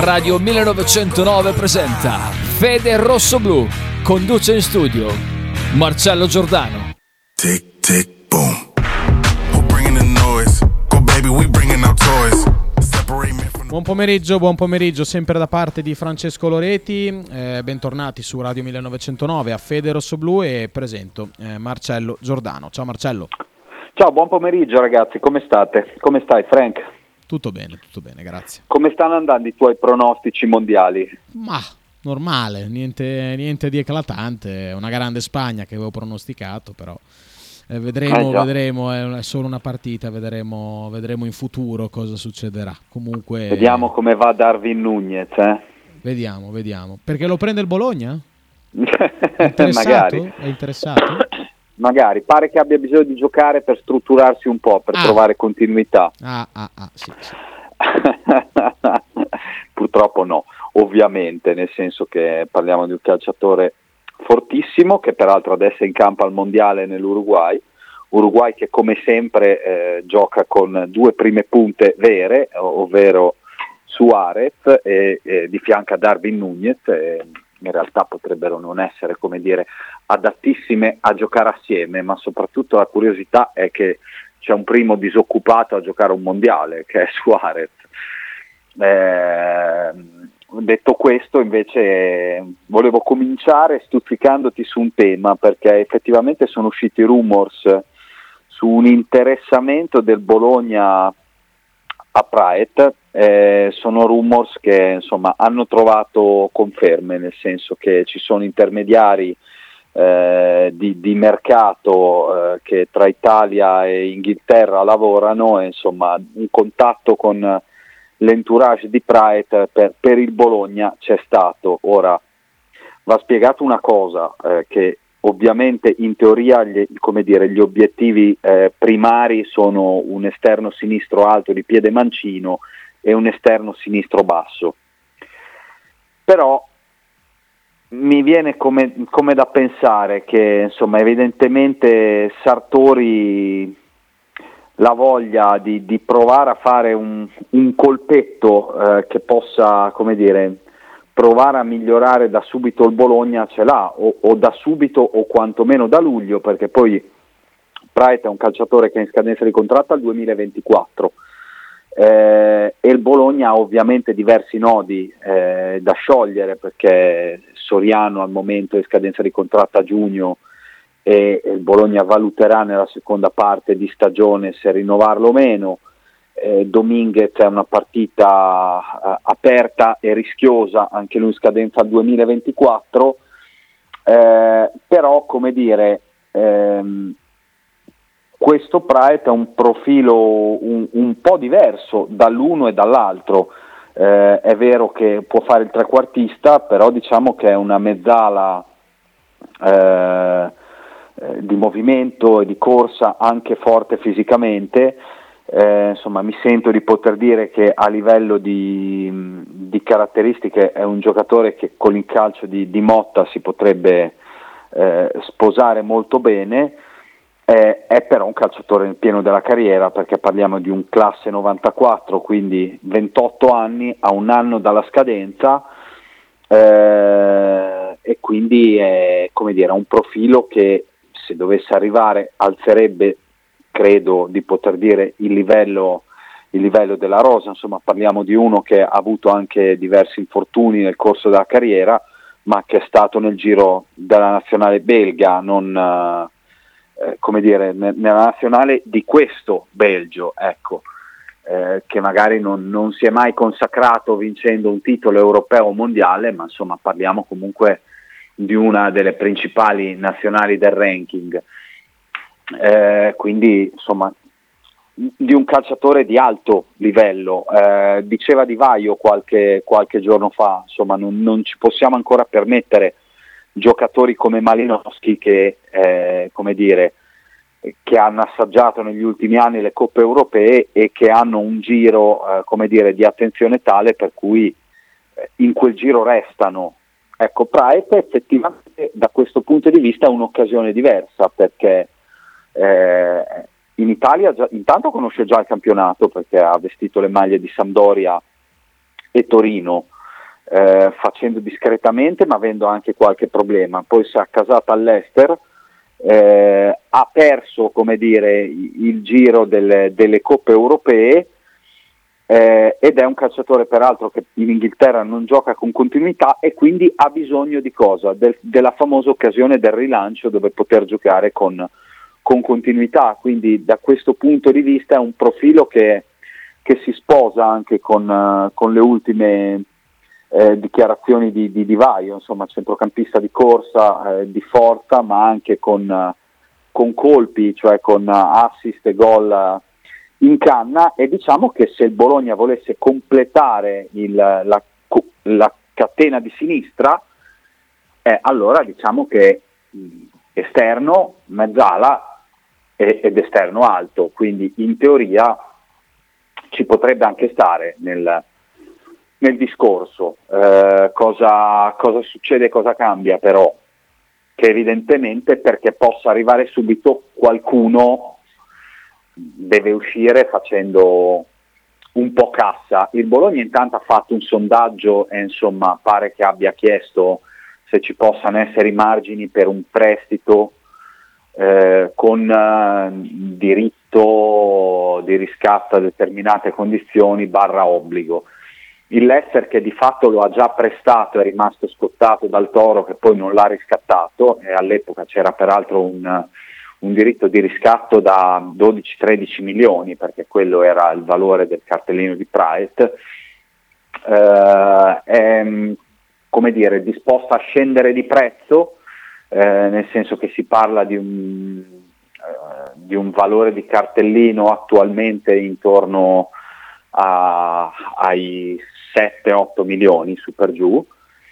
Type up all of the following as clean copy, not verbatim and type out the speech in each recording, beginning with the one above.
Radio 1909 presenta Fede Rossoblu. Conduce in studio Marcello Giordano. Tick, tick, boom. We're bringing the noise. Go baby, we bringing our toys. Buon pomeriggio sempre da parte di Francesco Loreti, bentornati su Radio 1909 a Fede Rossoblu e presento Marcello Giordano. Ciao Marcello. Ciao, buon pomeriggio ragazzi, come state? Come stai Frank? Tutto bene, grazie. Come stanno andando i tuoi pronostici mondiali? Ma normale, niente di eclatante, una grande Spagna che avevo pronosticato, però vedremo, è solo una partita, vedremo in futuro cosa succederà. Comunque vediamo come va Darwin Núñez, Vediamo, perché lo prende il Bologna? Magari. È interessato? Magari, pare che abbia bisogno di giocare per strutturarsi un po', per trovare continuità. Sì. Purtroppo no, ovviamente, nel senso che parliamo di un calciatore fortissimo, che peraltro adesso è in campo al mondiale nell'Uruguay che come sempre gioca con due prime punte vere, ovvero Suarez e di fianco a Darwin Núñez, in realtà potrebbero non essere, come dire, adattissime a giocare assieme, ma soprattutto la curiosità è che c'è un primo disoccupato a giocare un mondiale, che è Suarez. Detto questo, invece, volevo cominciare stuzzicandoti su un tema, perché effettivamente sono usciti rumors su un interessamento del Bologna a Praet. Sono rumors che insomma hanno trovato conferme, nel senso che ci sono intermediari di mercato che tra Italia e Inghilterra lavorano, e insomma un contatto con l'entourage di Praet per il Bologna c'è stato. Ora va spiegato una cosa, che ovviamente in teoria gli obiettivi primari sono un esterno sinistro alto di piede mancino e un esterno sinistro basso, però mi viene come da pensare che insomma evidentemente Sartori la voglia di provare a fare un colpetto che possa, come dire, provare a migliorare da subito il Bologna ce l'ha, o da subito o quantomeno da luglio, perché poi Praet è un calciatore che è in scadenza di contratto al 2024 e il Bologna ha ovviamente diversi nodi da sciogliere, perché Soriano al momento è in scadenza di contratto a giugno e il Bologna valuterà nella seconda parte di stagione se rinnovarlo o meno. Dominguez è una partita aperta e rischiosa, anche lui in scadenza al 2024, però come dire, questo Praet ha un profilo un po' diverso dall'uno e dall'altro. È vero che può fare il trequartista, però diciamo che è una mezzala di movimento e di corsa, anche forte fisicamente. Insomma, mi sento di poter dire che a livello di caratteristiche è un giocatore che con il calcio di Motta si potrebbe sposare molto bene. È però un calciatore nel pieno della carriera, perché parliamo di un classe 94, quindi 28 anni, a un anno dalla scadenza, e quindi è, come dire, un profilo che, se dovesse arrivare, alzerebbe, credo di poter dire, il livello della rosa. Insomma, parliamo di uno che ha avuto anche diversi infortuni nel corso della carriera, ma che è stato nel giro della nazionale belga, non come dire, nella nazionale di questo Belgio, ecco, che magari non si è mai consacrato vincendo un titolo europeo o mondiale, ma insomma parliamo comunque di una delle principali nazionali del ranking, quindi insomma di un calciatore di alto livello. Diceva Di Vaio qualche giorno fa, insomma non ci possiamo ancora permettere giocatori come Malinowski che come dire, che hanno assaggiato negli ultimi anni le coppe europee e che hanno un giro come dire, di attenzione tale per cui in quel giro restano. Ecco, Praet effettivamente da questo punto di vista è un'occasione diversa, perché in Italia intanto conosce già il campionato, perché ha vestito le maglie di Sampdoria e Torino, facendo discretamente ma avendo anche qualche problema. Poi si è accasata all'Ester, ha perso, come dire, il giro delle coppe europee, ed è un calciatore peraltro che in Inghilterra non gioca con continuità e quindi ha bisogno di cosa? Della famosa occasione del rilancio dove poter giocare con continuità, quindi da questo punto di vista è un profilo che si sposa anche con le ultime dichiarazioni di Vaio, insomma centrocampista di corsa, di forza, ma anche con colpi, cioè con assist e gol in canna, e diciamo che se il Bologna volesse completare la catena di sinistra, allora diciamo che esterno, mezzala ed esterno alto, quindi in teoria ci potrebbe anche stare nel discorso. Cosa succede, cosa cambia però? Che evidentemente perché possa arrivare subito qualcuno deve uscire facendo un po' cassa. Il Bologna intanto ha fatto un sondaggio e insomma pare che abbia chiesto se ci possano essere i margini per un prestito con diritto di riscatto a determinate condizioni / obbligo. Il Leicester, che di fatto lo ha già prestato, è rimasto scottato dal Toro che poi non l'ha riscattato, e all'epoca c'era peraltro un diritto di riscatto da 12-13 milioni, perché quello era il valore del cartellino di Praet, è, come dire, disposta a scendere di prezzo, nel senso che si parla di un valore di cartellino attualmente intorno ai 7-8 milioni su per giù,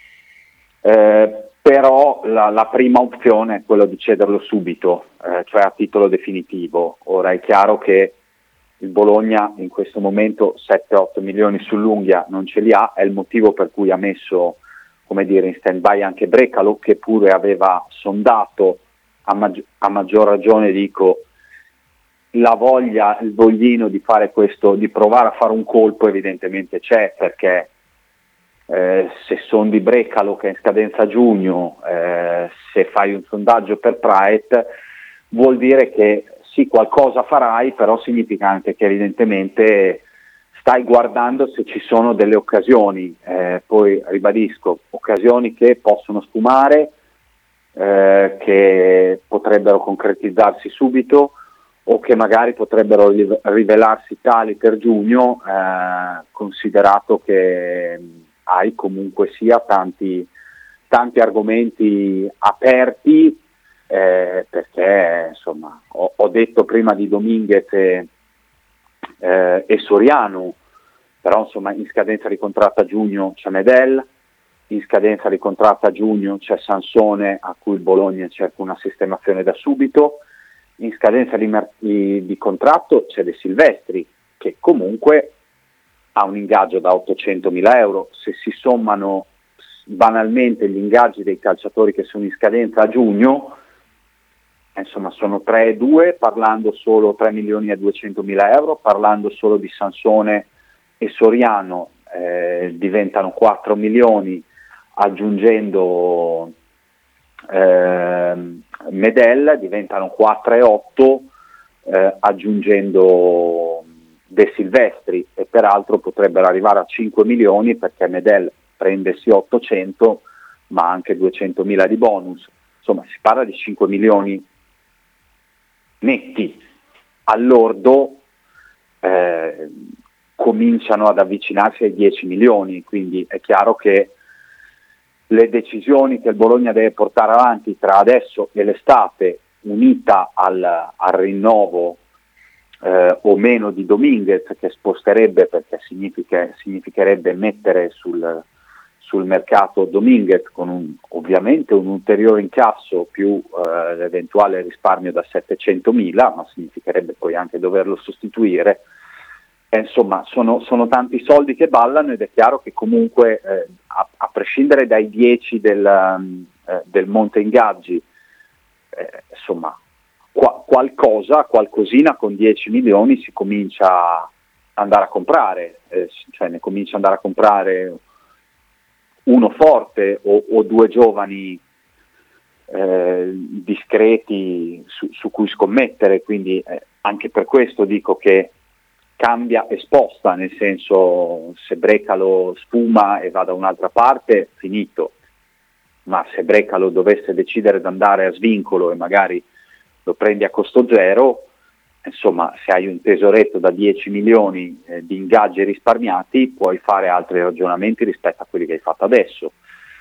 però la prima opzione è quella di cederlo subito, cioè a titolo definitivo. Ora è chiaro che il Bologna in questo momento 7-8 milioni sull'unghia non ce li ha, è il motivo per cui ha messo, come dire, in stand-by anche Brecalo, che pure aveva sondato, a maggior ragione dico, la voglia, il voglino di fare questo, di provare a fare un colpo evidentemente c'è, perché se sondi Brecalo che è in scadenza a giugno, se fai un sondaggio per Praet, vuol dire che sì, qualcosa farai, però significa anche che evidentemente stai guardando se ci sono delle occasioni, poi ribadisco, occasioni che possono sfumare, che potrebbero concretizzarsi subito o che magari potrebbero rivelarsi tali per giugno, considerato che hai comunque sia tanti argomenti aperti, perché insomma ho detto prima di Dominguez e Soriano, però insomma in scadenza di contratto a giugno c'è Medel, in scadenza di contratto a giugno c'è Sansone, a cui il Bologna cerca una sistemazione da subito, in scadenza di contratto c'è De Silvestri, che comunque ha un ingaggio da 800.000 euro. Se si sommano banalmente gli ingaggi dei calciatori che sono in scadenza a giugno, insomma sono 3,2, parlando solo 3.200.000 euro, parlando solo di Sansone e Soriano diventano 4 milioni, aggiungendo Medel diventano 4,8, aggiungendo De Silvestri, e peraltro potrebbero arrivare a 5 milioni perché Medel prende sì 800 ma anche 200.000 di bonus, insomma si parla di 5 milioni netti all'ordo, cominciano ad avvicinarsi ai 10 milioni, quindi è chiaro che le decisioni che il Bologna deve portare avanti tra adesso e l'estate, unita al rinnovo o meno di Dominguez, che sposterebbe, perché significherebbe mettere sul mercato Dominguez con ovviamente un ulteriore incasso più l'eventuale risparmio da 700.000, ma significherebbe poi anche doverlo sostituire. Insomma, sono tanti soldi che ballano, ed è chiaro che comunque a prescindere dai 10 del monte ingaggi, insomma qualcosina con 10 milioni si comincia a andare a comprare, cioè ne comincia ad andare a comprare uno forte o due giovani discreti su cui scommettere, quindi anche per questo dico che cambia e sposta, nel senso, se Brecalo sfuma e va da un'altra parte, finito, ma se Brecalo dovesse decidere di andare a svincolo e magari lo prendi a costo zero, insomma, se hai un tesoretto da 10 milioni di ingaggi risparmiati, puoi fare altri ragionamenti rispetto a quelli che hai fatto adesso.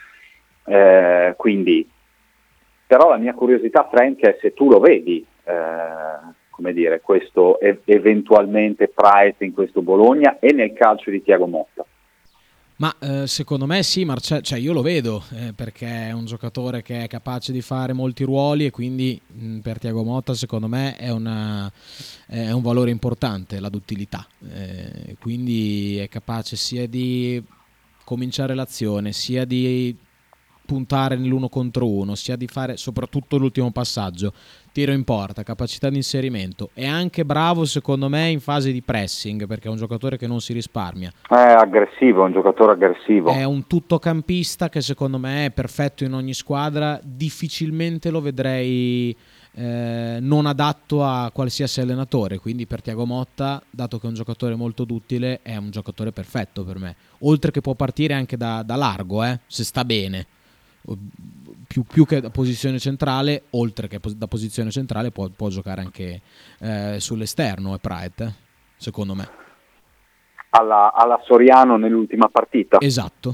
Quindi, però la mia curiosità, Frank, è se tu lo vedi, come dire, questo eventualmente Praet in questo Bologna e nel calcio di Thiago Motta. Ma secondo me sì, Marcello, cioè io lo vedo perché è un giocatore che è capace di fare molti ruoli e quindi per Thiago Motta secondo me è un valore importante la duttilità, quindi è capace sia di cominciare l'azione, sia di puntare nell'uno contro uno, sia di fare soprattutto l'ultimo passaggio, tiro in porta, capacità di inserimento. È anche bravo secondo me in fase di pressing, perché è un giocatore che non si risparmia, è aggressivo, è un giocatore aggressivo, è un tuttocampista che secondo me è perfetto in ogni squadra. Difficilmente lo vedrei non adatto a qualsiasi allenatore, quindi per Thiago Motta, dato che è un giocatore molto duttile, è un giocatore perfetto per me, oltre che può partire anche da largo, se sta bene, più che da posizione centrale, oltre che da posizione centrale può giocare anche sull'esterno, Praet, secondo me, alla Soriano nell'ultima partita. Esatto.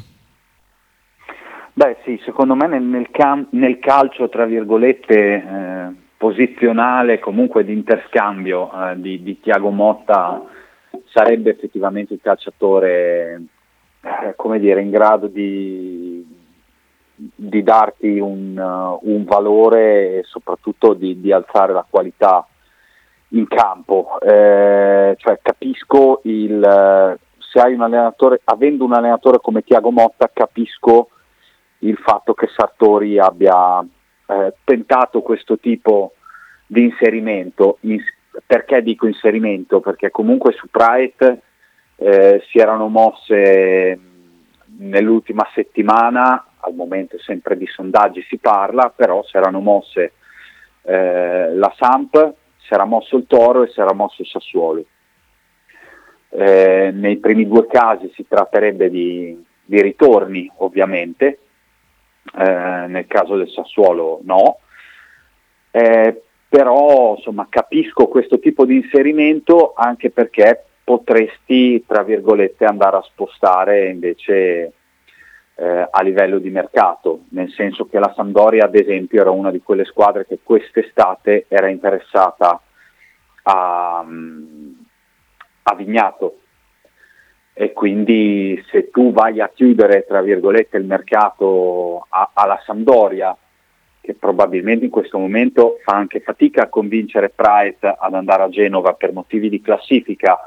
Beh sì, secondo me nel calcio, tra virgolette, posizionale, comunque di interscambio di Thiago Motta, sarebbe effettivamente il calciatore come dire, in grado di darti un valore e soprattutto di alzare la qualità in campo. Cioè capisco se hai un allenatore, avendo un allenatore come Thiago Motta, capisco il fatto che Sartori abbia tentato questo tipo di inserimento. Perché dico inserimento? Perché comunque su Praet si erano mosse nell'ultima settimana, al momento sempre di sondaggi si parla, però si erano mosse la Samp, si era mosso il Toro e si era mosso il Sassuolo. Nei primi due casi si tratterebbe di ritorni, ovviamente, nel caso del Sassuolo no, però insomma capisco questo tipo di inserimento, anche perché potresti, tra virgolette, andare a spostare invece a livello di mercato, nel senso che la Sampdoria ad esempio era una di quelle squadre che quest'estate era interessata a Vignato, e quindi se tu vai a chiudere, tra virgolette, il mercato alla Sampdoria, che probabilmente in questo momento fa anche fatica a convincere Praet ad andare a Genova per motivi di classifica,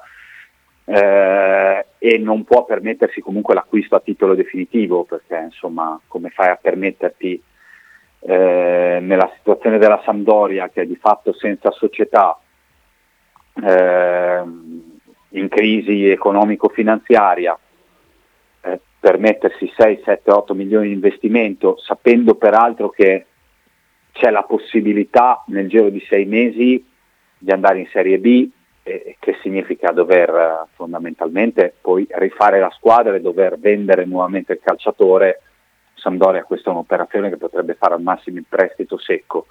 e non può permettersi comunque l'acquisto a titolo definitivo, perché insomma come fai a permetterti nella situazione della Sampdoria, che è di fatto senza società, in crisi economico-finanziaria, permettersi 6, 7, 8 milioni di investimento, sapendo peraltro che c'è la possibilità nel giro di 6 mesi di andare in Serie B, che significa dover fondamentalmente poi rifare la squadra e dover vendere nuovamente il calciatore. Sampdoria, questa è un'operazione che potrebbe fare al massimo in prestito secco.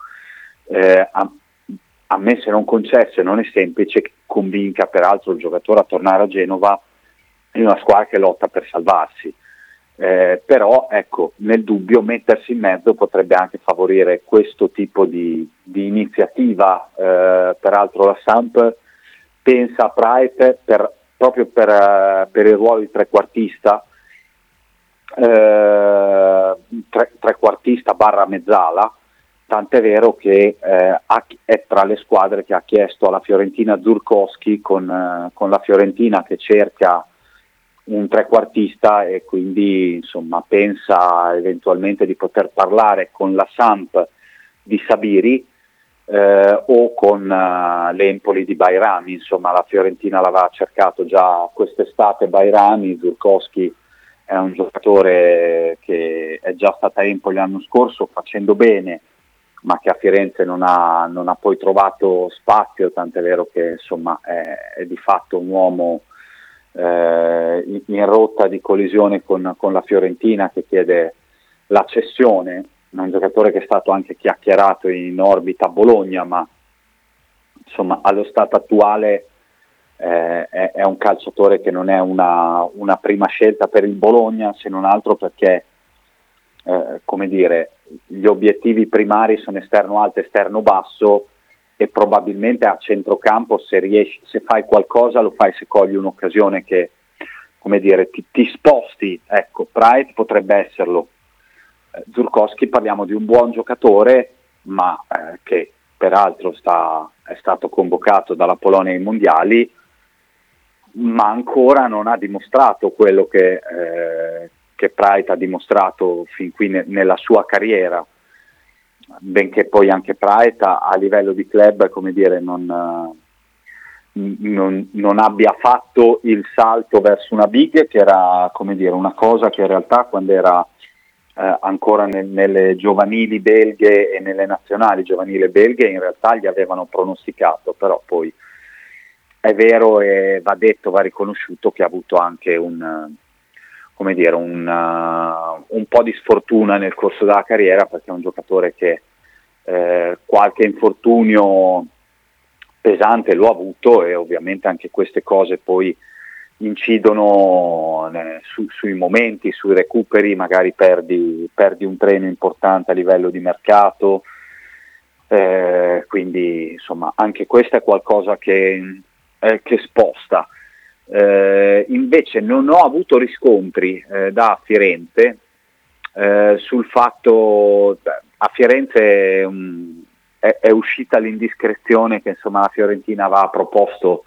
A me, se non concesso, non è semplice che convinca peraltro il giocatore a tornare a Genova in una squadra che lotta per salvarsi, però ecco, nel dubbio mettersi in mezzo potrebbe anche favorire questo tipo di iniziativa. Peraltro la Samp pensa a Praet proprio per il ruolo di trequartista, trequartista barra mezzala, tant'è vero che è tra le squadre che ha chiesto alla Fiorentina Zurkowski, con la Fiorentina che cerca un trequartista, e quindi insomma pensa eventualmente di poter parlare con la Samp di Sabiri, o con l'Empoli di Bairami. Insomma la Fiorentina l'aveva cercato già quest'estate Bairami, Zurkowski è un giocatore che è già stato a Empoli l'anno scorso facendo bene, ma che a Firenze non ha poi trovato spazio, tant'è vero che insomma è di fatto un uomo in rotta di collisione con la Fiorentina, che chiede la cessione. È un giocatore che è stato anche chiacchierato in orbita a Bologna, ma insomma allo stato attuale è un calciatore che non è una prima scelta per il Bologna, se non altro perché come dire, gli obiettivi primari sono esterno alto, esterno basso, e probabilmente a centrocampo se fai qualcosa lo fai se cogli un'occasione che, come dire, ti sposti. Ecco, Praet potrebbe esserlo. Zurkowski, parliamo di un buon giocatore, ma che peraltro è stato convocato dalla Polonia ai mondiali, ma ancora non ha dimostrato quello che Praet ha dimostrato fin qui nella sua carriera, benché poi anche Praet a livello di club, come dire, non abbia fatto il salto verso una big, che era, come dire, una cosa che in realtà quando era ancora nelle giovanili belghe e nelle nazionali giovanili belghe in realtà gli avevano pronosticato, però poi è vero e va detto, va riconosciuto che ha avuto anche un po' di sfortuna nel corso della carriera, perché è un giocatore che qualche infortunio pesante lo ha avuto, e ovviamente anche queste cose poi incidono sui momenti, sui recuperi. Magari perdi un treno importante a livello di mercato, quindi insomma anche questo è qualcosa che sposta. Invece non ho avuto riscontri da Firenze sul fatto, a Firenze è uscita l'indiscrezione che insomma la Fiorentina aveva proposto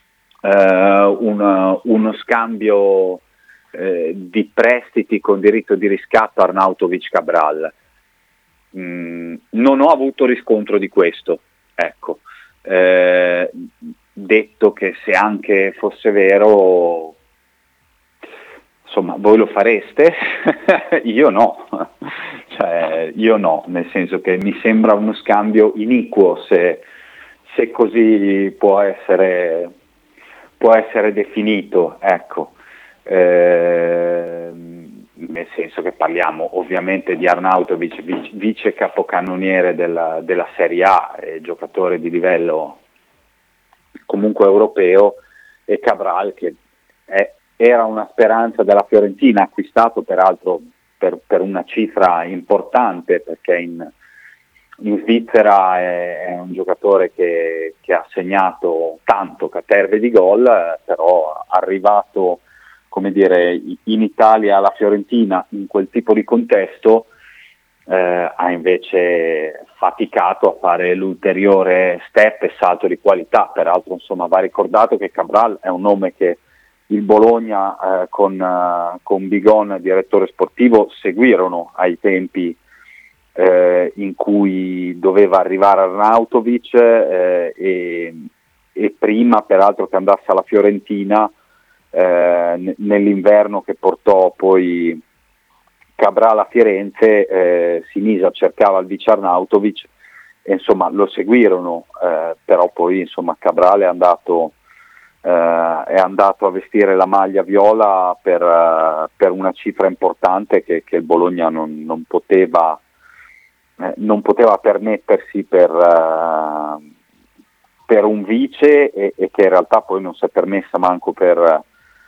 uno scambio di prestiti con diritto di riscatto Arnautovic-Cabral. Non ho avuto riscontro di questo, ecco. Detto che se anche fosse vero, insomma, voi lo fareste? Io no, nel senso che mi sembra uno scambio iniquo, se così può essere definito, ecco. Nel senso che parliamo ovviamente di Arnautovic, vice capocannoniere della Serie A, giocatore di livello comunque europeo, e Cabral, che era una speranza della Fiorentina, acquistato peraltro per una cifra importante, perché in Svizzera è un giocatore che ha segnato tanto caterve di gol, però arrivato, come dire, in Italia alla Fiorentina in quel tipo di contesto, ha invece faticato a fare l'ulteriore step e salto di qualità. Peraltro insomma va ricordato che Cabral è un nome che il Bologna con Bigon, direttore sportivo, seguirono ai tempi in cui doveva arrivare Arnautovic, e prima peraltro che andasse alla Fiorentina, nell'inverno che portò poi Cabral a Firenze, Sinisa cercava il vice Arnautovic e insomma lo seguirono, però poi insomma Cabral è andato a vestire la maglia viola per una cifra importante che il Bologna non poteva permettersi per un vice, e che in realtà poi non si è permessa manco per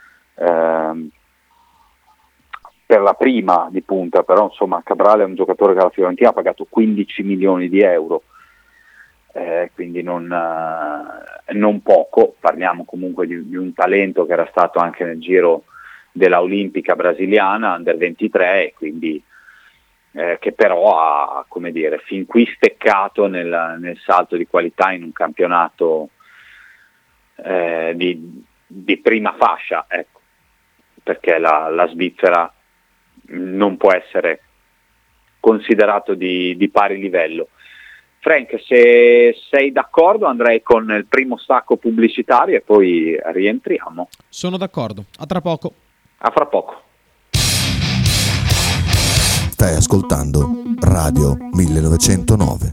la prima di punta. Però insomma Cabral è un giocatore che la Fiorentina ha pagato 15 milioni di euro, quindi non poco. Parliamo comunque di un talento che era stato anche nel giro della Olimpica brasiliana Under 23, e quindi che però ha, come dire, fin qui steccato nel salto di qualità in un campionato di prima fascia, ecco, perché la Svizzera non può essere considerato di pari livello. Frank, se sei d'accordo andrei con il primo stacco pubblicitario e poi rientriamo. Sono d'accordo, a tra poco. A fra poco. Stai ascoltando Radio 1909.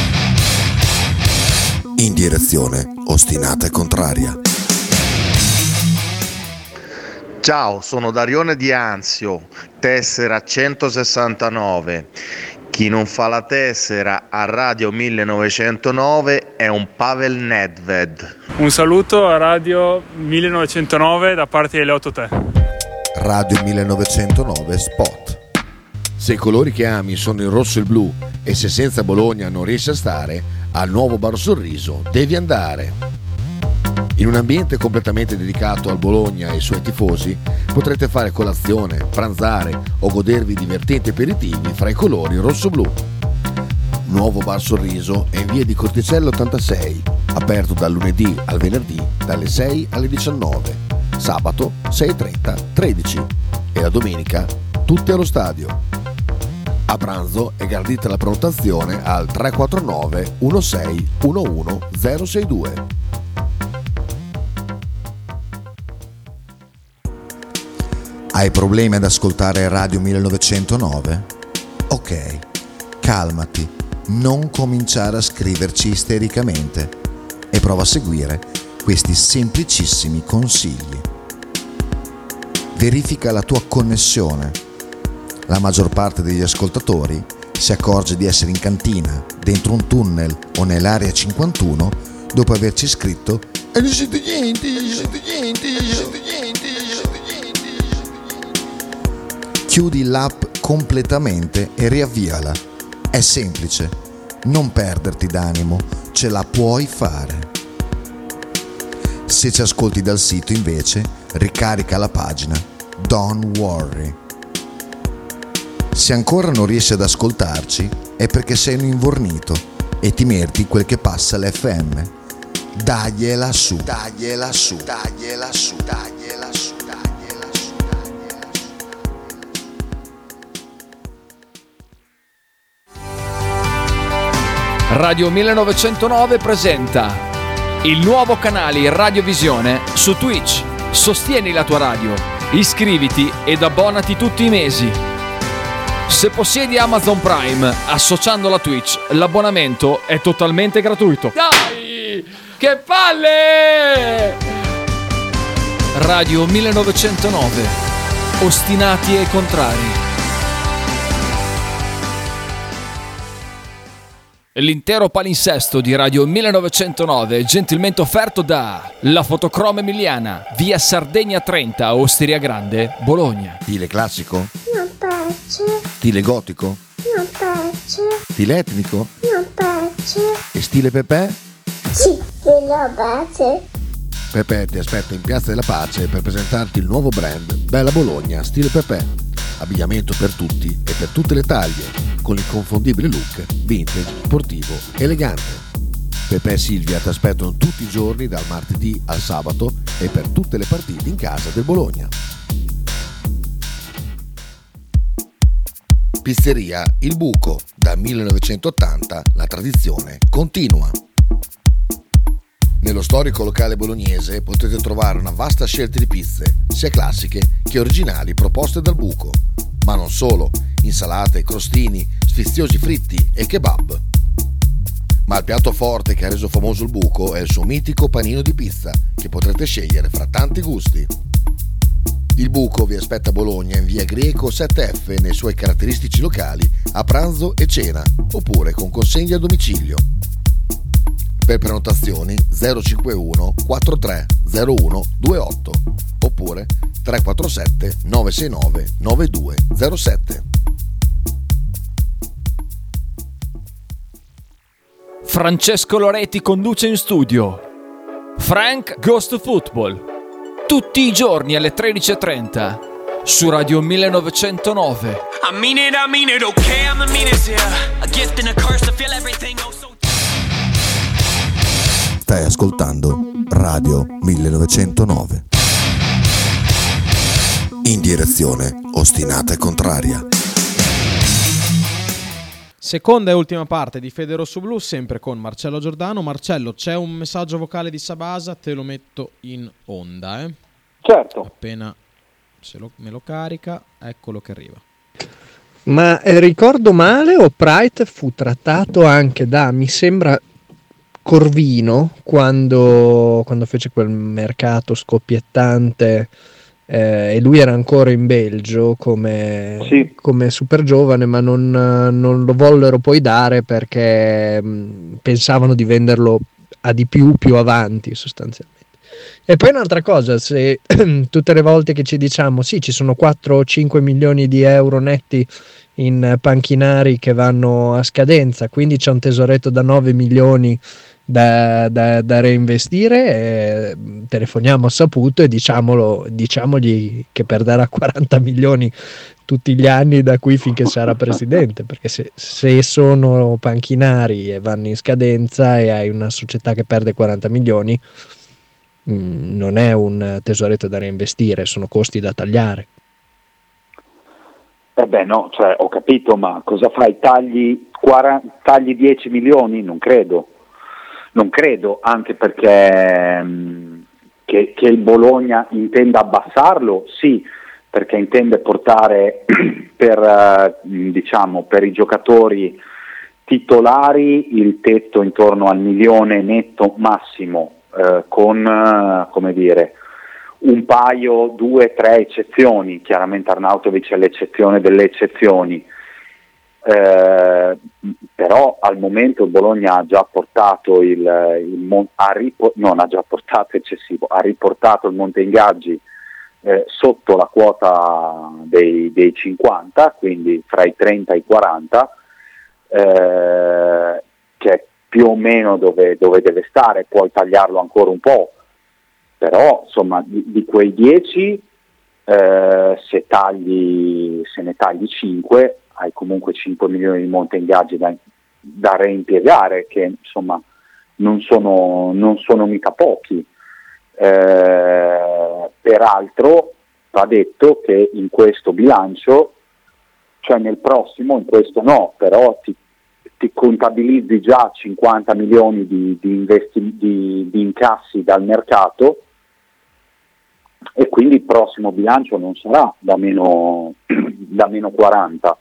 In direzione ostinata e contraria. Ciao, sono Darione di Anzio, tessera 169. Chi non fa la tessera a Radio 1909 è un Pavel Nedved. Un saluto a Radio 1909 da parte di Leo Totè. Radio 1909 Spot. Se i colori che ami sono il rosso e il blu e se senza Bologna non riesci a stare, al nuovo Bar Sorriso devi andare. In un ambiente completamente dedicato al Bologna e ai suoi tifosi potrete fare colazione, pranzare o godervi divertenti aperitivi fra i colori rosso-blu. Nuovo Bar Sorriso è in via di Corticello 86, aperto dal lunedì al venerdì dalle 6 alle 19, sabato 6:30-13 e la domenica tutti allo stadio. A pranzo è gradita la prenotazione al 349 16 11 062. Hai problemi ad ascoltare Radio 1909? Ok, calmati, non cominciare a scriverci istericamente e prova a seguire questi semplicissimi consigli. Verifica la tua connessione. La maggior parte degli ascoltatori si accorge di essere in cantina, dentro un tunnel o nell'area 51 dopo averci scritto "E non sento niente, non sento niente, non sento niente, non sento niente". Chiudi l'app completamente e riavviala. È semplice, non perderti d'animo, ce la puoi fare. Se ci ascolti dal sito invece, ricarica la pagina Don't Worry. Se ancora non riesci ad ascoltarci è perché sei un invornito e ti meriti quel che passa all'FM. Dagliela su, dagliela su, dagliela su, dagliela su, dagliela su, dagliela su. Radio 1909 presenta il nuovo canale Radiovisione su Twitch. Sostieni la tua radio, iscriviti ed abbonati tutti i mesi. Se possiedi Amazon Prime, associandola a Twitch, l'abbonamento è totalmente gratuito. Dai! Che palle! Radio 1909. Ostinati e contrari. L'intero palinsesto di Radio 1909 è gentilmente offerto da La Fotocroma Emiliana, via Sardegna 30, Osteria Grande, Bologna. Stile classico? Non piace. Stile gotico? Non piace. Stile etnico? Non piace. E stile Pepe? Sì, lo piace. Pepe ti aspetta in Piazza della Pace per presentarti il nuovo brand Bella Bologna Stile Pepe. Abbigliamento per tutti e per tutte le taglie, con l'inconfondibile look vintage, sportivo, elegante. Pepe e Silvia ti aspettano tutti i giorni dal martedì al sabato e per tutte le partite in casa del Bologna. Pizzeria Il Buco, da 1980 la tradizione continua. Nello storico locale bolognese potete trovare una vasta scelta di pizze, sia classiche che originali proposte dal Buco. Ma non solo, insalate, crostini, sfiziosi fritti e kebab. Ma il piatto forte che ha reso famoso il Buco è il suo mitico panino di pizza, che potrete scegliere fra tanti gusti. Il Buco vi aspetta a Bologna in via Greco 7F nei suoi caratteristici locali a pranzo e cena, oppure con consegna a domicilio. Per prenotazioni 051 43 01 28 oppure 347 969 9207. Francesco Loretti conduce in studio Frank Goes to Football tutti i giorni alle 13:30 su Radio 1909. I mean it, okay, I'm the meanest, yeah. A gift and a curse to feel everything, oh so. Stai ascoltando Radio 1909. In direzione ostinata e contraria. Seconda e ultima parte di Fede Rosso Blu, sempre con Marcello Giordano. Marcello, c'è un messaggio vocale di Sabasa, te lo metto in onda, Certo. Appena me lo carica, eccolo che arriva. Ma ricordo male o Pride fu trattato anche da, mi sembra, Corvino quando fece quel mercato scoppiettante, e lui era ancora in Belgio come super giovane, ma non lo vollero poi dare perché pensavano di venderlo a di più avanti sostanzialmente. E poi un'altra cosa, se tutte le volte che ci diciamo sì, ci sono 4 o 5 milioni di euro netti in panchinari che vanno a scadenza, quindi c'è un tesoretto da 9 milioni da reinvestire, telefoniamo a Saputo e diciamogli che perderà 40 milioni tutti gli anni da qui finché sarà presidente, perché se sono panchinari e vanno in scadenza e hai una società che perde 40 milioni, non è un tesoretto da reinvestire, sono costi da tagliare. No, cioè, ho capito, ma cosa fai? Tagli 10 milioni? Non credo, anche perché che il Bologna intenda abbassarlo, sì, perché intende portare per i giocatori titolari il tetto intorno al milione netto massimo, con un paio, 2, 3 eccezioni. Chiaramente Arnautovic è l'eccezione delle eccezioni, però al momento il Bologna ha già portato ha riportato il monte ingaggi sotto la quota dei 50, quindi fra i 30 e i 40, che è più o meno dove deve stare. Puoi tagliarlo ancora un po', però insomma di quei 10 se ne tagli 5 hai comunque 5 milioni di monte ingaggi da reimpiegare, che insomma non sono mica pochi. Peraltro va detto che in questo bilancio, cioè nel prossimo, in questo no, però ti contabilizzi già 50 milioni di incassi dal mercato, e quindi il prossimo bilancio non sarà da meno 40,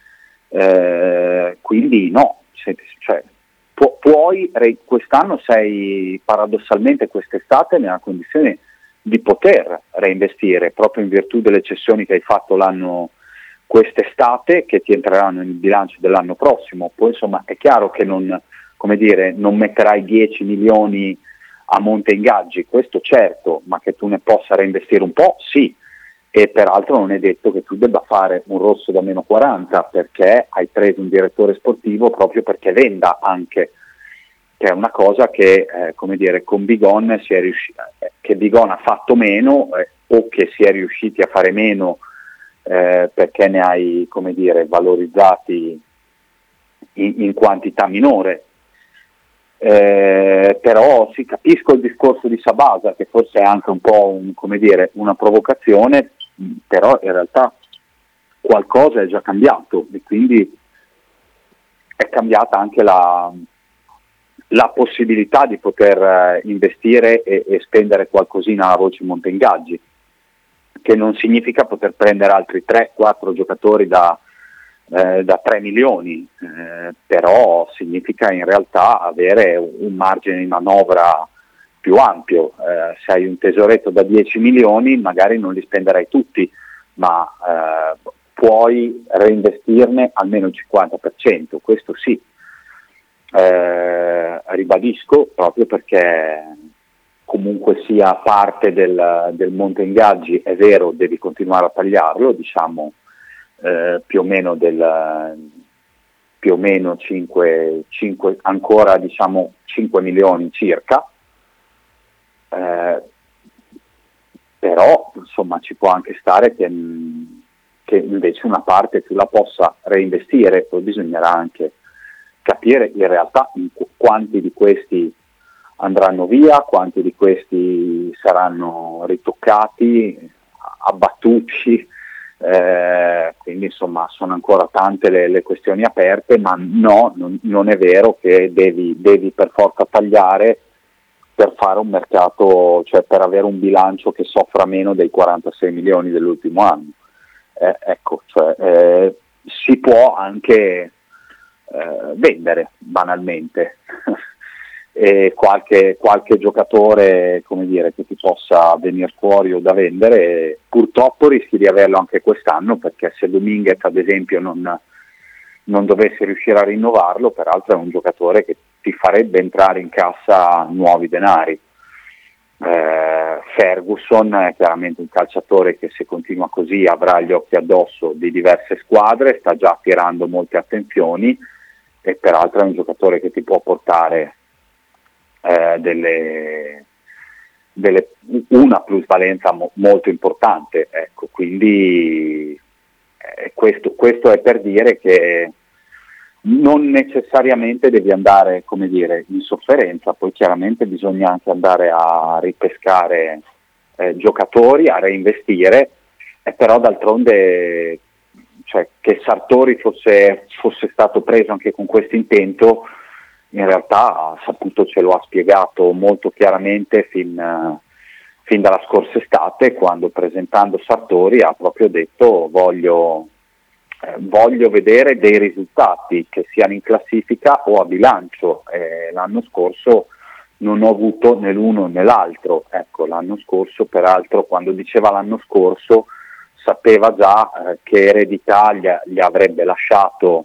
quindi no, cioè, puoi quest'anno sei paradossalmente quest'estate nella condizione di poter reinvestire, proprio in virtù delle cessioni che hai fatto quest'estate, che ti entreranno nel bilancio dell'anno prossimo. Poi insomma è chiaro che non metterai 10 milioni a monte ingaggi, questo certo, ma che tu ne possa reinvestire un po', sì. E peraltro non è detto che tu debba fare un rosso da meno 40 perché hai preso un direttore sportivo proprio perché venda anche, che è una cosa che con Bigon si è che Bigon ha fatto meno, o che si è riusciti a fare meno perché ne hai valorizzati in quantità minore. Però sì, capisco il discorso di Sabasa, che forse è anche un po' una provocazione, però in realtà qualcosa è già cambiato, e quindi è cambiata anche la possibilità di poter investire e spendere qualcosina alla voce monte ingaggi, che non significa poter prendere altri 3-4 giocatori da 3 milioni, però significa in realtà avere un margine di manovra più ampio. Se hai un tesoretto da 10 milioni magari non li spenderai tutti, ma puoi reinvestirne almeno il 50%, questo sì. Ribadisco, proprio perché comunque sia parte del monte ingaggi, è vero, devi continuare a tagliarlo, più o meno 5 ancora 5 milioni circa, però insomma ci può anche stare che invece una parte tu la possa reinvestire. Poi bisognerà anche capire in realtà quanti di questi andranno via, quanti di questi saranno ritoccati, abbattuti, quindi insomma sono ancora tante le questioni aperte, ma no, non è vero che devi per forza tagliare per fare un mercato, cioè per avere un bilancio che soffra meno dei 46 milioni dell'ultimo anno. si può anche vendere banalmente. E qualche giocatore, come dire, che ti possa venire fuori o da vendere, purtroppo rischi di averlo anche quest'anno, perché se Dominguez ad esempio non dovesse riuscire a rinnovarlo, peraltro è un giocatore che ti farebbe entrare in cassa nuovi denari. Ferguson è chiaramente un calciatore che, se continua così, avrà gli occhi addosso di diverse squadre, sta già attirando molte attenzioni, e peraltro è un giocatore che ti può portare una plusvalenza molto importante, ecco. Quindi questo è per dire che non necessariamente devi andare, come dire, in sofferenza, poi chiaramente bisogna anche andare a ripescare giocatori, a reinvestire, però d'altronde, cioè, che Sartori fosse stato preso anche con questo intento, in realtà ce lo ha spiegato molto chiaramente fin dalla scorsa estate, quando, presentando Sartori, ha proprio detto voglio vedere dei risultati, che siano in classifica o a bilancio. L'anno scorso non ho avuto né l'uno né l'altro. Ecco, l'anno scorso, peraltro, quando diceva l'anno scorso, sapeva già che eredità gli avrebbe lasciato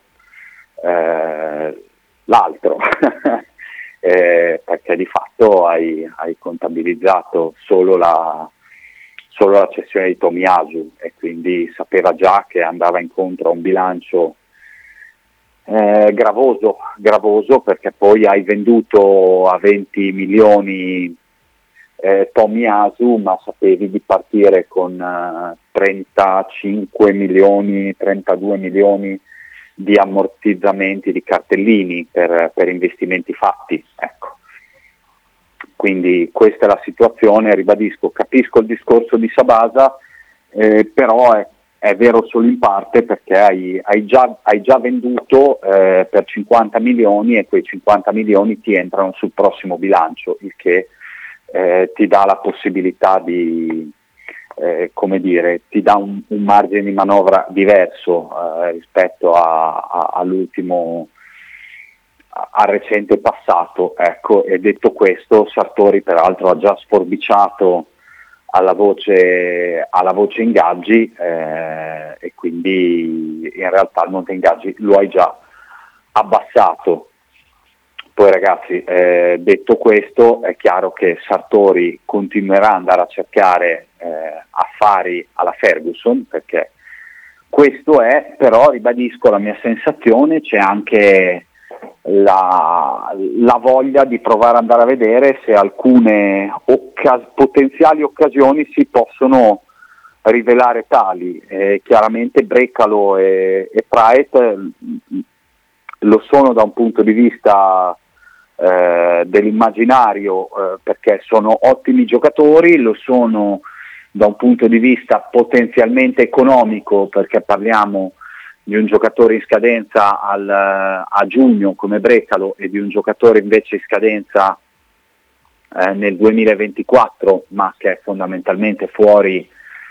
l'altro, perché di fatto hai contabilizzato solo la cessione di Tomiyasu, e quindi sapeva già che andava incontro a un bilancio gravoso, perché poi hai venduto a 20 milioni Tomiyasu, ma sapevi di partire con 35 milioni, 32 milioni di ammortizzamenti di cartellini per investimenti fatti, ecco. Quindi questa è la situazione. Ribadisco, capisco il discorso di Sabasa, però è vero solo in parte, perché hai già venduto per 50 milioni, e quei 50 milioni ti entrano sul prossimo bilancio, il che ti dà la possibilità di, come dire, ti dà un margine di manovra diverso rispetto al recente passato, ecco. E detto questo, Sartori peraltro ha già sforbiciato alla voce ingaggi, e quindi in realtà il monte ingaggi lo hai già abbassato. Poi, ragazzi, detto questo, è chiaro che Sartori continuerà ad andare a cercare affari alla Ferguson, perché questo è, però ribadisco la mia sensazione, c'è anche la voglia di provare ad andare a vedere se alcune potenziali occasioni si possono rivelare tali. Chiaramente Brecalo e Praet lo sono da un punto di vista dell'immaginario, perché sono ottimi giocatori, lo sono da un punto di vista potenzialmente economico, perché parliamo di un giocatore in scadenza a giugno come Brecalo, e di un giocatore invece in scadenza nel 2024, ma che è fondamentalmente fuori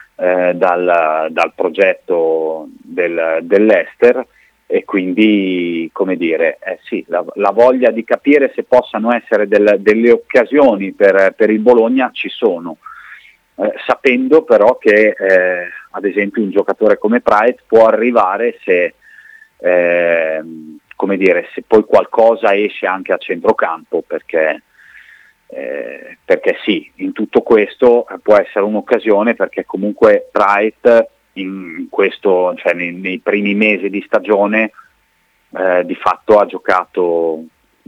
dal progetto dell'Ester. E quindi, come dire, sì, la voglia di capire se possano essere delle occasioni per il Bologna ci sono, sapendo però che ad esempio un giocatore come Praet può arrivare se come dire, se poi qualcosa esce anche a centrocampo, perché sì, in tutto questo può essere un'occasione, perché comunque Praet in questo, cioè nei primi mesi di stagione di fatto ha giocato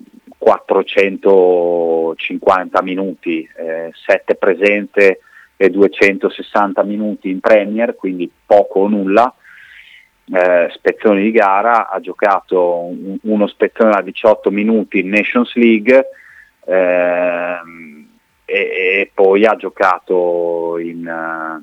450 minuti, 7 presenze e 260 minuti in Premier, quindi poco o nulla. Spezzoni di gara, ha giocato uno spezzone da 18 minuti in Nations League, e poi ha giocato in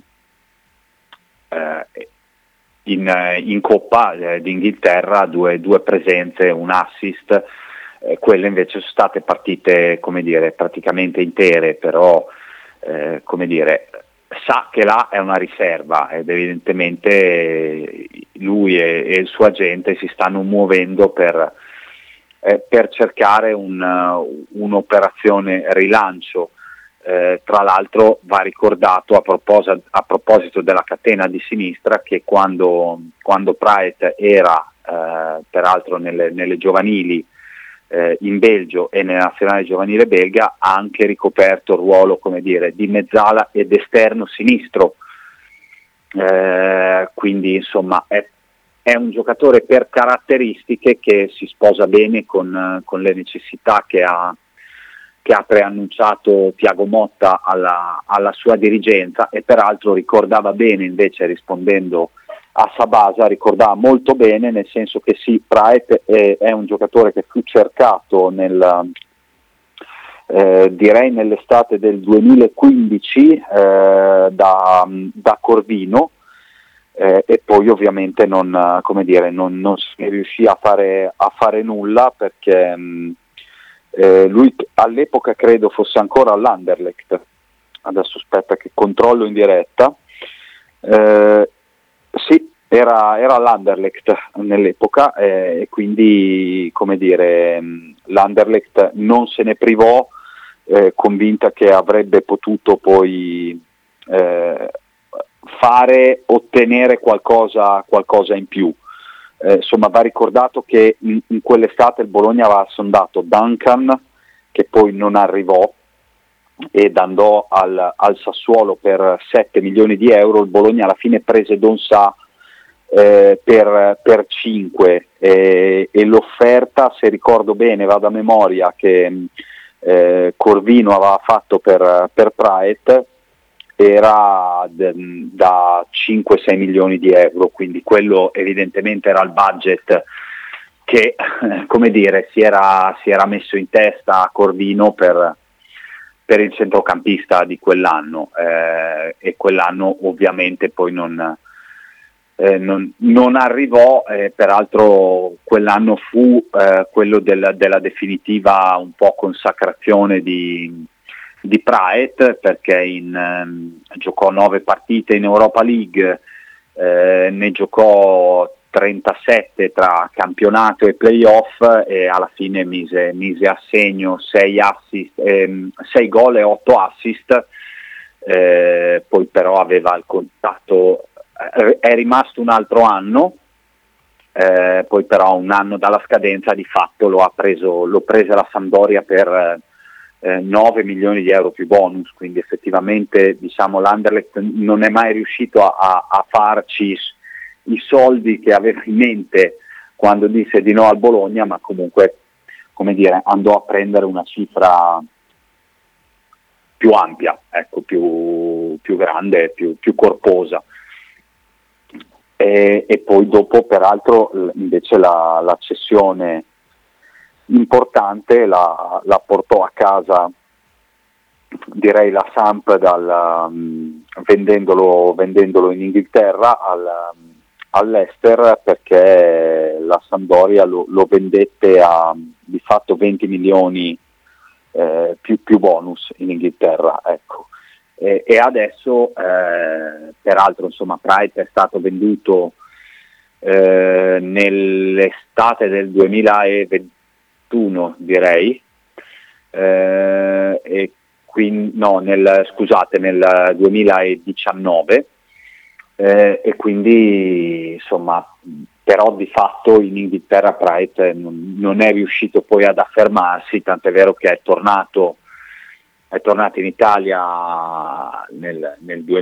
Coppa d'Inghilterra due presenze, un assist. Quelle invece sono state partite, come dire, praticamente intere, però come dire, sa che là è una riserva, ed evidentemente lui e il suo agente si stanno muovendo per cercare un'operazione rilancio. Tra l'altro va ricordato a proposito della catena di sinistra che quando Praet era peraltro nelle giovanili in Belgio e nella nazionale giovanile belga, ha anche ricoperto il ruolo, come dire, di mezzala ed esterno sinistro, quindi insomma è un giocatore per caratteristiche che si sposa bene con le necessità che ha preannunciato Thiago Motta alla sua dirigenza, e peraltro ricordava bene, invece, rispondendo a Sabasa, ricordava molto bene, nel senso che sì, Praet è un giocatore che fu cercato direi nell'estate del 2015 da Corvino, e poi ovviamente non si riuscì a fare nulla, perché lui all'epoca credo fosse ancora all'Anderlecht, adesso aspetta che controllo in diretta, sì, era all'Anderlecht nell'epoca, e quindi, come dire, l'Anderlecht non se ne privò, convinta che avrebbe potuto poi ottenere qualcosa in più. Insomma, va ricordato che in quell'estate il Bologna aveva sondato Duncan, che poi non arrivò ed andò al Sassuolo per 7 milioni di euro. Il Bologna alla fine prese Donsà per 5, e l'offerta, se ricordo bene, vado a memoria, che Corvino aveva fatto per Praet era da 5-6 milioni di euro, quindi quello evidentemente era il budget che come dire si era messo in testa a Corvino per il centrocampista di quell'anno, e quell'anno ovviamente poi non arrivò, peraltro quell'anno fu quello della definitiva un po' consacrazione di Praet, perché giocò 9 partite in Europa League, ne giocò 37 tra campionato e playoff, e alla fine mise a segno 6 gol e 8 assist, poi però aveva il contatto, è rimasto un altro anno, poi però un anno dalla scadenza di fatto lo prese la Sampdoria per 9 milioni di euro più bonus, quindi effettivamente, diciamo, l'Anderlecht non è mai riuscito a farci i soldi che aveva in mente quando disse di no al Bologna, ma comunque, come dire, andò a prendere una cifra più ampia, ecco, più grande, più corposa. E poi dopo, peraltro, invece la cessione importante la portò a casa, direi, la Samp vendendolo in Inghilterra all'Leicester, perché la Sampdoria lo vendette a di fatto 20 milioni più bonus in Inghilterra, ecco. E adesso peraltro, insomma, Praet è stato venduto nell'estate del 2021, direi, e quindi nel 2019, e quindi, insomma, però di fatto in Inghilterra Praet non è riuscito poi ad affermarsi, tant'è vero che è tornato in Italia nel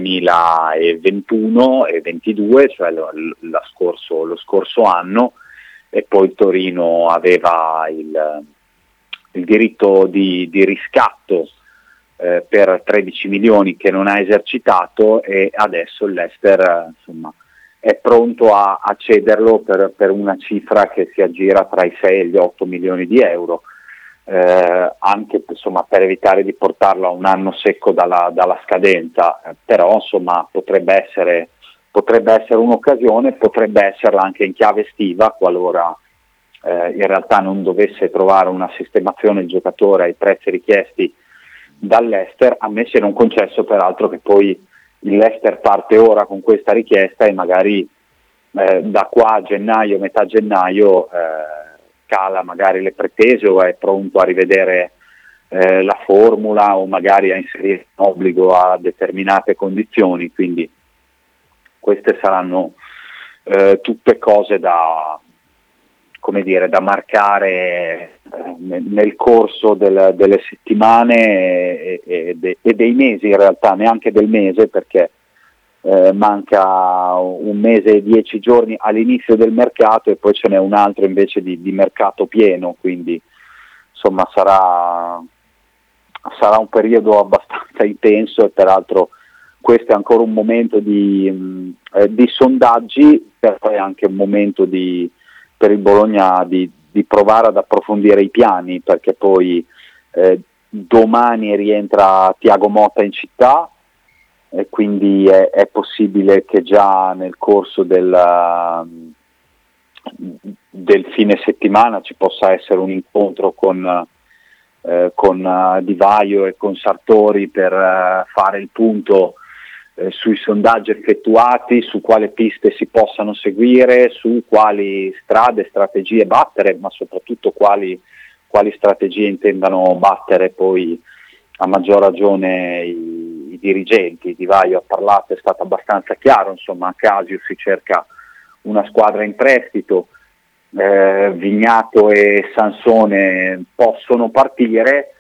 2021 e 2022, cioè lo scorso anno, e poi Torino aveva il diritto di riscatto per 13 milioni che non ha esercitato, e adesso il Leicester, insomma, è pronto a cederlo per una cifra che si aggira tra i 6 e gli 8 milioni di euro, anche, insomma, per evitare di portarlo a un anno secco dalla scadenza, però insomma potrebbe essere un'occasione, potrebbe esserla anche in chiave estiva, qualora in realtà non dovesse trovare una sistemazione il giocatore ai prezzi richiesti dall'Leicester, a me se non concesso peraltro che poi il Leicester parte ora con questa richiesta e magari da qua a gennaio, metà gennaio, cala magari le pretese o è pronto a rivedere la formula o magari a inserire un obbligo a determinate condizioni, quindi queste saranno tutte cose da marcare nel corso delle settimane e dei mesi, in realtà neanche del mese, perché manca un mese e 10 giorni all'inizio del mercato e poi ce n'è un altro invece di mercato pieno, quindi insomma sarà un periodo abbastanza intenso, e peraltro questo è ancora un momento di sondaggi, però è anche un momento per il Bologna di provare ad approfondire i piani, perché poi domani rientra Thiago Motta in città, e quindi è possibile che già nel corso del fine settimana ci possa essere un incontro con Di Vaio e con Sartori per fare il punto sui sondaggi effettuati, su quale piste si possano seguire, su quali strade, strategie battere, ma soprattutto quali strategie intendano battere poi a maggior ragione i dirigenti. Di Vaio ha parlato, è stato abbastanza chiaro, insomma a Casio si cerca una squadra in prestito, Vignato e Sansone possono partire,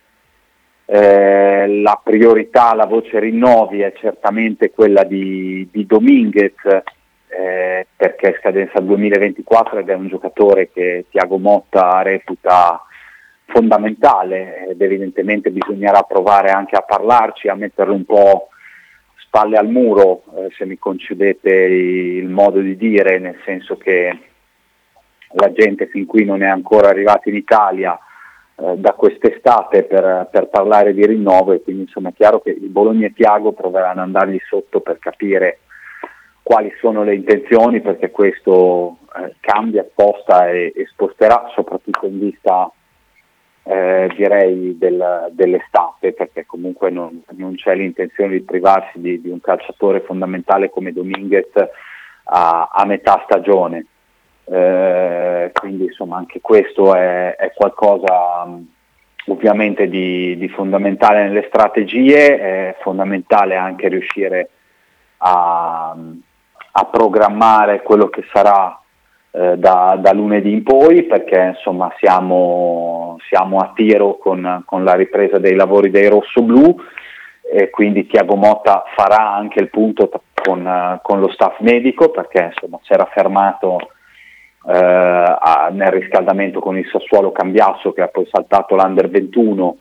la priorità, la voce rinnovi è certamente quella di Dominguez, perché è scadenza 2024 ed è un giocatore che Thiago Motta reputa fondamentale, ed evidentemente bisognerà provare anche a parlarci, a metterlo un po' spalle al muro, se mi concedete il modo di dire, nel senso che la gente fin qui non è ancora arrivata in Italia da quest'estate per parlare di rinnovo, e quindi insomma è chiaro che il Bologna e Thiago proveranno ad andargli sotto per capire quali sono le intenzioni, perché questo cambia, sposta e sposterà, soprattutto in vista direi dell'estate, perché comunque non c'è l'intenzione di privarsi di un calciatore fondamentale come Dominguez a metà stagione. Quindi insomma anche questo è qualcosa ovviamente di fondamentale nelle strategie, è fondamentale anche riuscire a programmare quello che sarà da lunedì in poi, perché insomma siamo a tiro con la ripresa dei lavori dei rossoblù, e quindi Thiago Motta farà anche il punto con lo staff medico, perché insomma si era fermato nel riscaldamento con il Sassuolo Cambiasso, che ha poi saltato l'Under 21,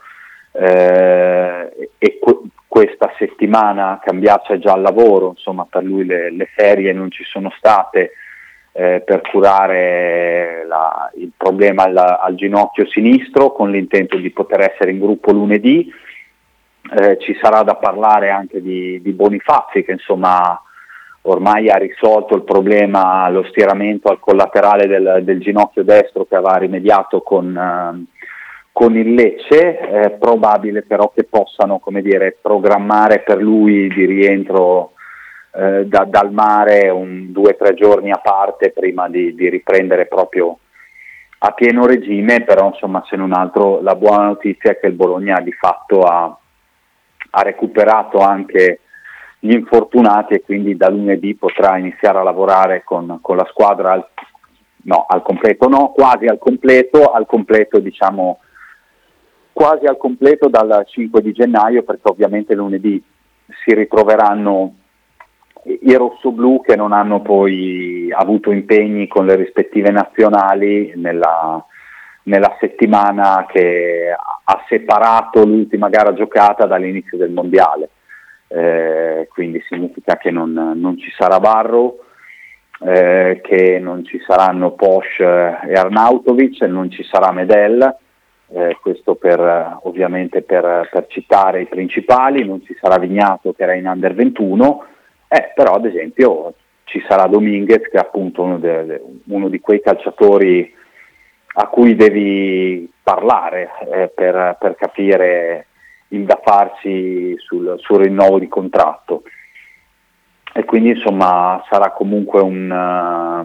e questa settimana Cambiasso è già al lavoro, insomma per lui le ferie non ci sono state per curare il problema al ginocchio sinistro, con l'intento di poter essere in gruppo lunedì. Ci sarà da parlare anche di Bonifazi, che insomma ormai ha risolto il problema, lo stiramento al collaterale del ginocchio destro che aveva rimediato con il Lecce. È probabile però che possano, come dire, programmare per lui di rientro dal mare 2 o 3 giorni a parte prima di riprendere proprio a pieno regime. Però insomma, se non altro, la buona notizia è che il Bologna di fatto ha recuperato anche gli infortunati, e quindi da lunedì potrà iniziare a lavorare con la squadra quasi al completo, diciamo quasi al completo dal 5 di gennaio, perché ovviamente lunedì si ritroveranno i rossoblù, che non hanno poi avuto impegni con le rispettive nazionali nella settimana che ha separato l'ultima gara giocata dall'inizio del mondiale. Quindi significa che non ci sarà Barro, che non ci saranno Posch e Arnautovic, non ci sarà Medel, questo ovviamente per citare i principali. Non ci sarà Vignato, che era in Under 21, però ad esempio ci sarà Dominguez, che è appunto uno di quei calciatori a cui devi parlare per capire il da farsi sul rinnovo di contratto. e quindi insomma sarà comunque una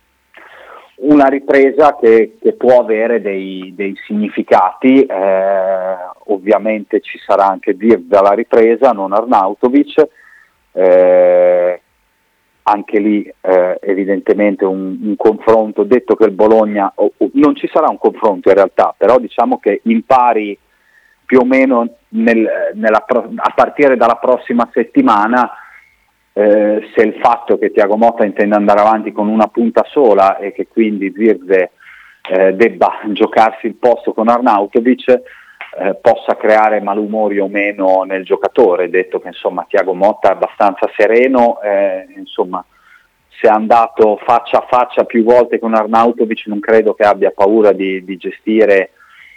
ripresa che può avere dei significati. Ovviamente ci sarà anche Zirkzee alla ripresa, non Arnautovic, anche lì evidentemente un confronto, detto che il Bologna non ci sarà un confronto in realtà, però diciamo che impari più o meno a partire dalla prossima settimana se il fatto che Thiago Motta intende andare avanti con una punta sola e che quindi Zirkzee debba giocarsi il posto con Arnautovic possa creare malumori o meno nel giocatore, detto che insomma Thiago Motta è abbastanza sereno, insomma se è andato faccia a faccia più volte con Arnautovic non credo che abbia paura di gestire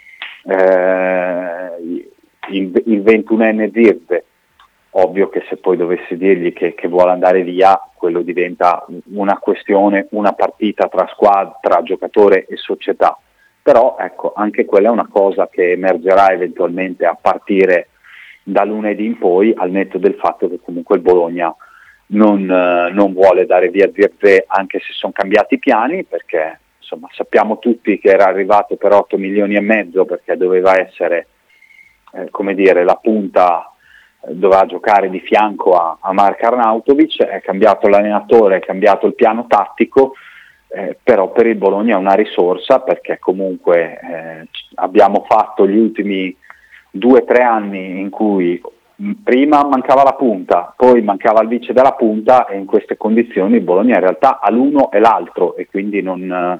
il 21enne Zirkzee. Ovvio che se poi dovessi dirgli che vuole andare via, quello diventa una questione, una partita tra squadra, tra giocatore e società. Però ecco, anche quella è una cosa che emergerà eventualmente a partire da lunedì in poi, al netto del fatto che comunque il Bologna non vuole dare via Zirkzee, anche se sono cambiati i piani, perché insomma sappiamo tutti che era arrivato per 8 milioni e mezzo perché doveva essere come dire la punta, doveva giocare di fianco a Mark Arnautovic, è cambiato l'allenatore, è cambiato il piano tattico, però per il Bologna è una risorsa, perché comunque abbiamo fatto gli ultimi 2-3 anni in cui prima mancava la punta, poi mancava il vice della punta, e in queste condizioni il Bologna in realtà ha l'uno e l'altro, e quindi non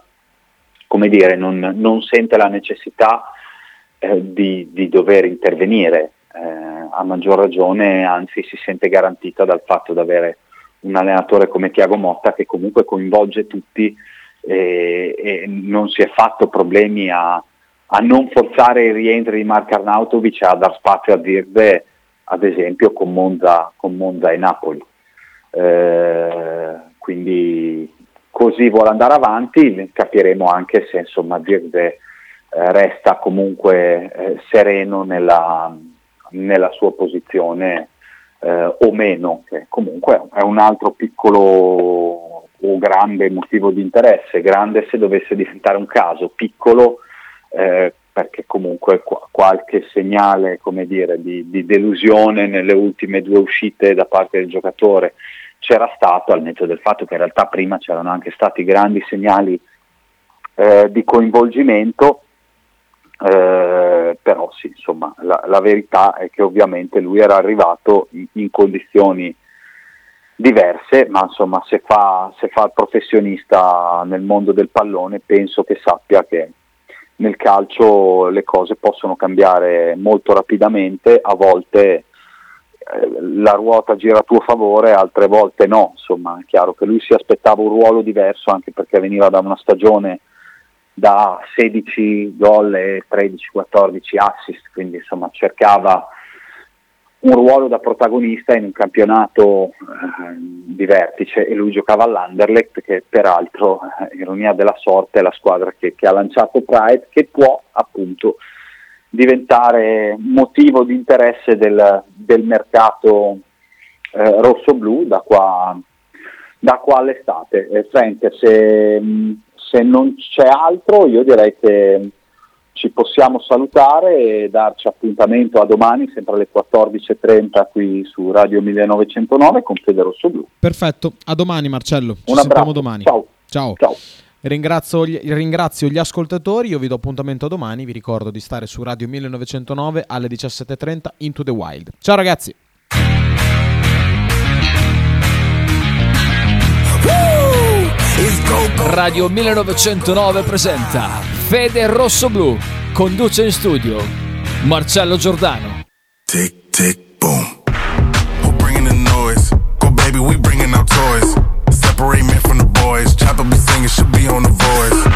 sente la necessità di dover intervenire, a maggior ragione, anzi si sente garantita dal fatto di avere un allenatore come Thiago Motta che comunque coinvolge tutti e non si è fatto problemi a non forzare il rientro di Mark Arnautovic, a dar spazio a Zirkzee, ad esempio con Monza e Napoli. Quindi così vuole andare avanti, capiremo anche se insomma Zirkzee resta comunque sereno nella sua posizione o meno, che comunque è un altro piccolo o grande motivo di interesse, grande se dovesse diventare un caso, piccolo perché comunque qualche segnale, come dire, di delusione nelle ultime 2 uscite da parte del giocatore c'era stato, al netto del fatto che in realtà prima c'erano anche stati grandi segnali di coinvolgimento. Però sì, insomma la verità è che ovviamente lui era arrivato in condizioni diverse, ma insomma se fa il professionista nel mondo del pallone, penso che sappia che nel calcio le cose possono cambiare molto rapidamente, a volte la ruota gira a tuo favore, altre volte no. Insomma è chiaro che lui si aspettava un ruolo diverso, anche perché veniva da una stagione da 16 gol e 13-14 assist, quindi insomma cercava un ruolo da protagonista in un campionato di vertice, e lui giocava all'Anderlecht, che peraltro, ironia della sorte, è la squadra che ha lanciato Pride, che può appunto diventare motivo di interesse del mercato rosso-blu da qua all'estate. Frank, se non c'è altro, io direi che ci possiamo salutare e darci appuntamento a domani, sempre alle 14.30 qui su Radio 1909 con Fede Rosso Blu. Perfetto, a domani Marcello, ci Un sentiamo abbraccio. domani. Ciao. Ringrazio gli ascoltatori, io vi do appuntamento a domani, vi ricordo di stare su Radio 1909 alle 17.30 Into the Wild. Ciao ragazzi! Radio 1909 presenta Fede Rosso Blu. Conduce in studio Marcello Giordano. Tick, tick, boom. Who bringing the noise? Go baby, we bringing our toys. Separate men from the boys. Chopper be singing, should be on the voice.